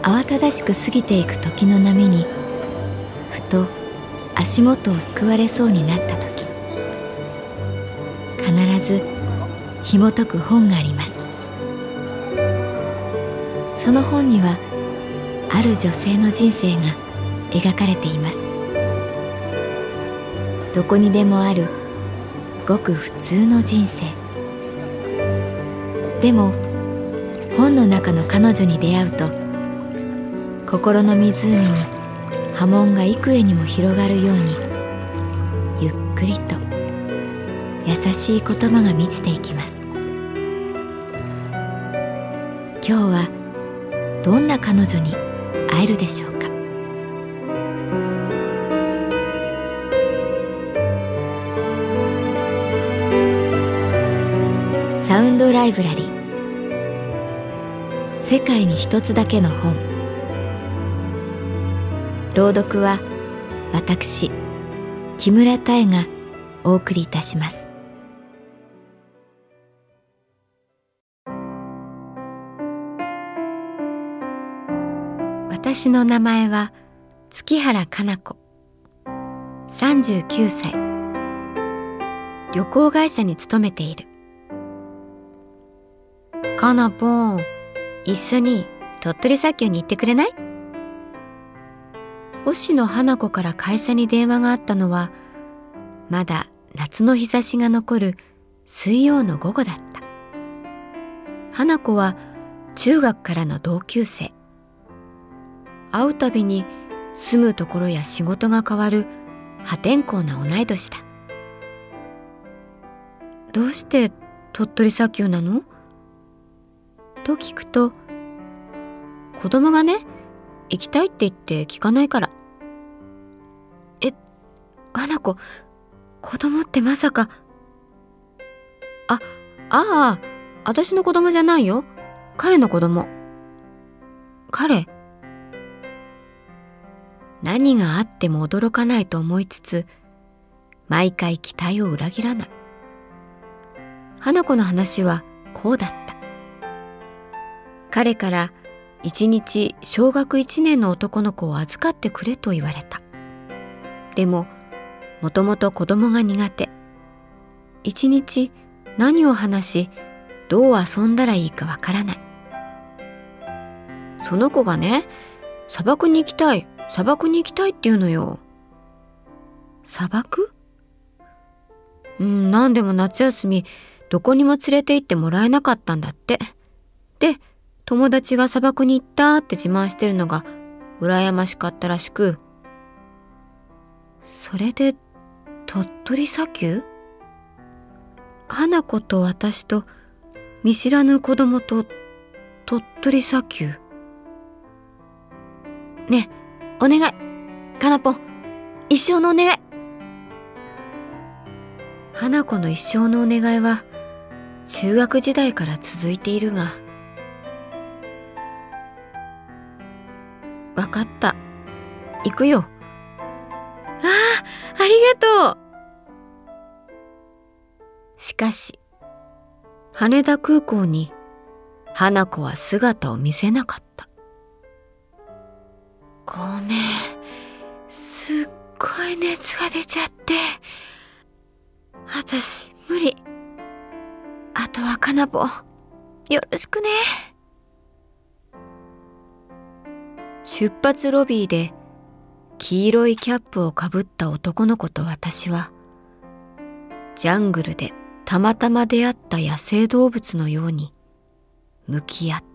慌ただしく過ぎていく時の波にふと足元をすくわれそうになった時、必ず紐解く本があります。その本にはある女性の人生が描かれています。どこにでもあるごく普通の人生。でも本の中の彼女に出会うと、心の湖に波紋が幾重にも広がるように、ゆっくりと優しい言葉が満ちていきます。今日はどんな彼女に会えるでしょうか。サウンドライブラリー、世界に一つだけの本。朗読は私木村多江がお送りいたします。私の名前は月原かな子、39歳、旅行会社に勤めている。かなぽん、一緒に鳥取砂丘に行ってくれない？星野花子から会社に電話があったのは、まだ夏の日差しが残る水曜の午後だった。花子は中学からの同級生。会うたびに住むところや仕事が変わる破天荒な同い年だ。どうして鳥取砂丘なの？と聞くと、子供がね、行きたいって言って聞かないから。花子、子供ってまさか。私の子供じゃないよ。彼の子供。彼？何があっても驚かないと思いつつ、毎回期待を裏切らない。花子の話はこうだった。彼から一日小学1年の男の子を預かってくれと言われた。でももともと子供が苦手。一日何を話し、どう遊んだらいいかわからない。その子がね、砂漠に行きたいって言うのよ。砂漠？何でも夏休みどこにも連れて行ってもらえなかったんだって。で、友達が砂漠に行ったって自慢してるのが羨ましかったらしく、それで鳥取砂丘？花子と私と見知らぬ子供と鳥取砂丘。ねえ、お願い、かなぽん、一生のお願い。花子の一生のお願いは中学時代から続いているが、わかった、行くよ。ありがとう。しかし羽田空港に花子は姿を見せなかった。ごめん、すっごい熱が出ちゃって。私無理。あとはかなぽん、よろしくね。出発ロビーで黄色いキャップをかぶった男の子と私は、ジャングルでたまたま出会った野生動物のように向き合った。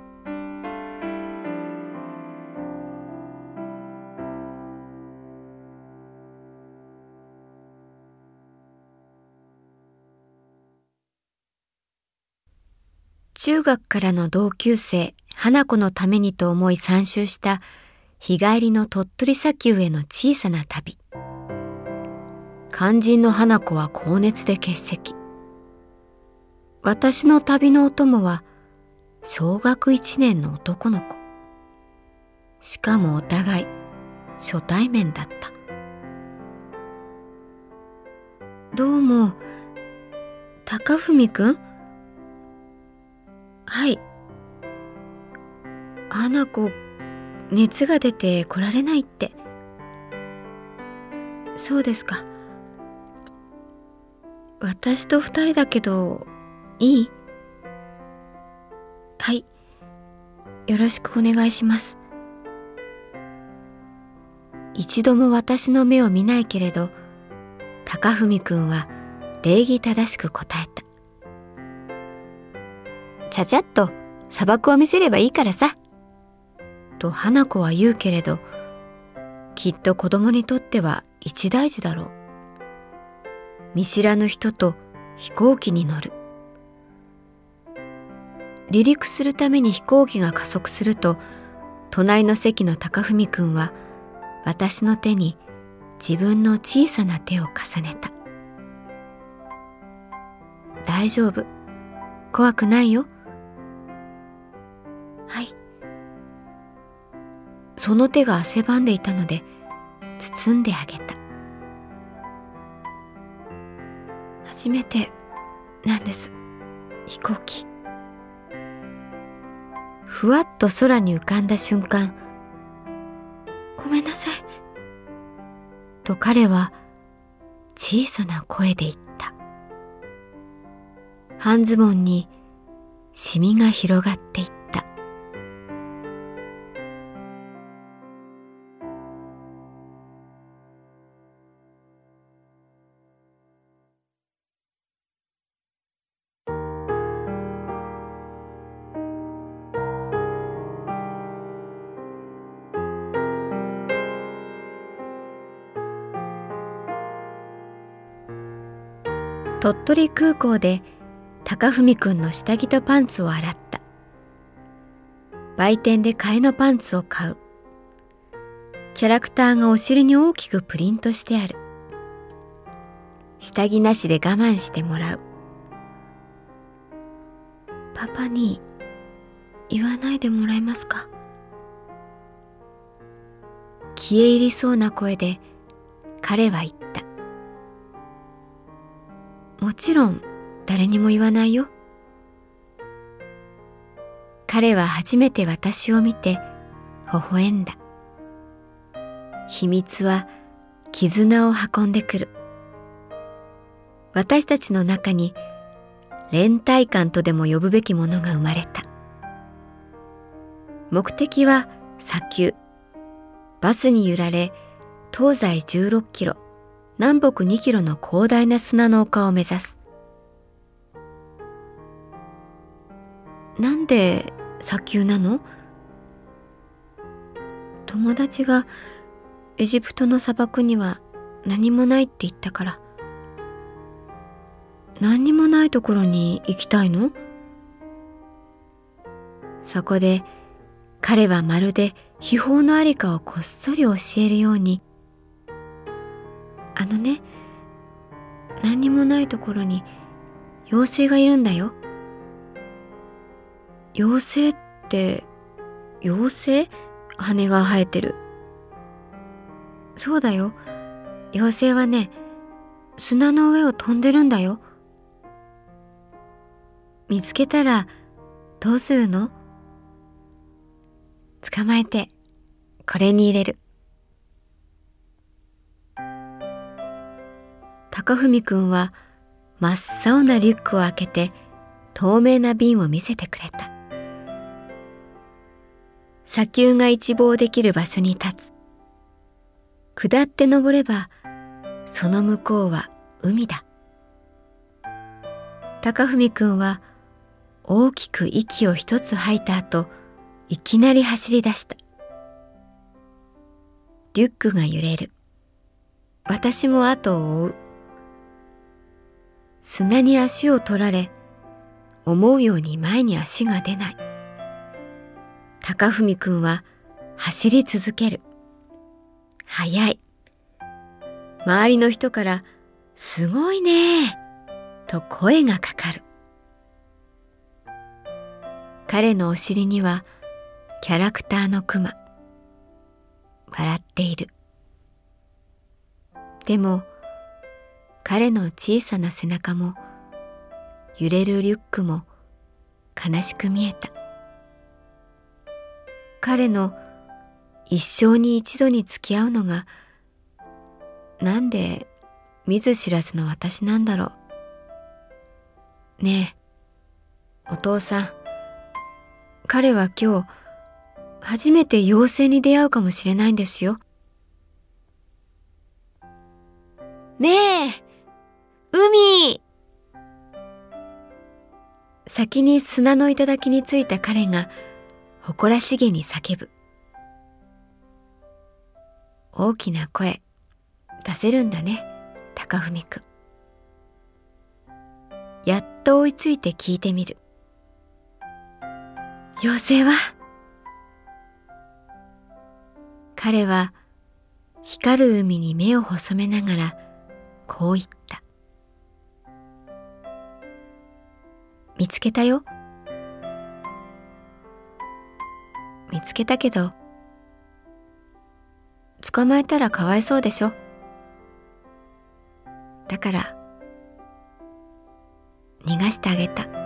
中学からの同級生花子のためにと思い参集した日帰りの鳥取砂丘への小さな旅。肝心の花子は高熱で欠席。私の旅のお供は小学1年の男の子。しかもお互い初対面だった。どうも、高文くん？はい。 花子、熱が出て来られないって。そうですか。私と2人だけど、いい？はい。よろしくお願いします。一度も私の目を見ないけれど、貴文くんは礼儀正しく答えた。ちゃちゃっと砂漠を見せればいいからさ。と花子は言うけれど、きっと子供にとっては一大事だろう。見知らぬ人と飛行機に乗る。離陸するために飛行機が加速すると、隣の席の貴文くんは私の手に自分の小さな手を重ねた。大丈夫。怖くないよ。はい。その手が汗ばんでいたので包んであげた。初めてなんです、飛行機。ふわっと空に浮かんだ瞬間、ごめんなさい。と彼は小さな声で言った。半ズボンにシミが広がっていった。鳥取空港で貴文くんの下着とパンツを洗った。売店で替えのパンツを買う。キャラクターがお尻に大きくプリントしてある。下着なしで我慢してもらう。パパに言わないでもらえますか。消え入りそうな声で彼は言った。もちろん誰にも言わないよ。彼は初めて私を見て微笑んだ。秘密は絆を運んでくる。私たちの中に連帯感とでも呼ぶべきものが生まれた。目的は砂丘。バスに揺られ東西16キロ、南北2キロの広大な砂の丘を目指す。なんで砂丘なの？友達がエジプトの砂漠には何もないって言ったから。何にもないところに行きたいの？そこで彼はまるで秘宝のありかをこっそり教えるように、あのね、何にもないところに妖精がいるんだよ。妖精って妖精？羽が生えてる。そうだよ。妖精はね、砂の上を飛んでるんだよ。見つけたらどうするの？捕まえてこれに入れる。貴文くんは真っ青なリュックを開けて透明な瓶を見せてくれた。砂丘が一望できる場所に立つ。下って登ればその向こうは海だ。貴文くんは大きく息を一つ吐いた後、いきなり走り出した。リュックが揺れる。私も後を追う。砂に足を取られ、思うように前に足が出ない。貴文くんは走り続ける。速い。周りの人からすごいねと声がかかる。彼のお尻にはキャラクターのクマ。笑っている。でも彼の小さな背中も揺れるリュックも悲しく見えた。 彼の一生に一度に付き合うのがなんで見ず知らずの私なんだろう。ねえ、お父さん、彼は今日初めて妖精に出会うかもしれないんですよ。ねえ、海！先に砂の頂に着いた彼が誇らしげに叫ぶ。大きな声出せるんだね、高文くん。やっと追いついて聞いてみる。妖精は？彼は光る海に目を細めながらこう言った。見つけたよ。見つけたけど捕まえたらかわいそうでしょ。だから逃がしてあげた。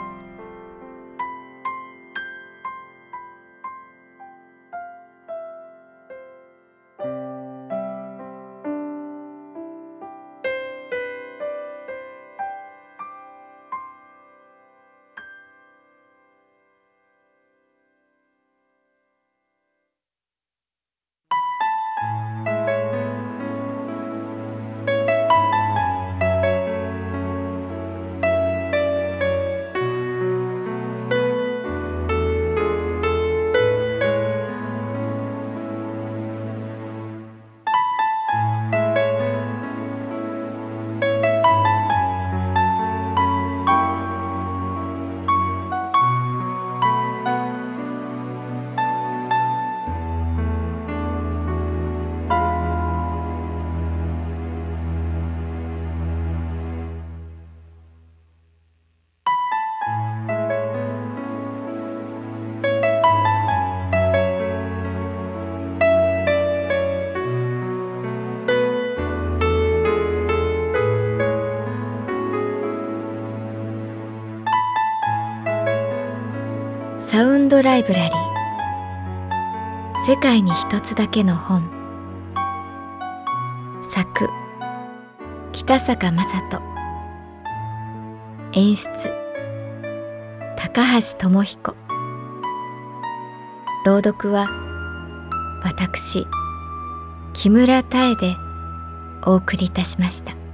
サウンドライブラリー、世界に一つだけの本。作北坂雅人、演出高橋智彦、朗読は私木村多江でお送りいたしました。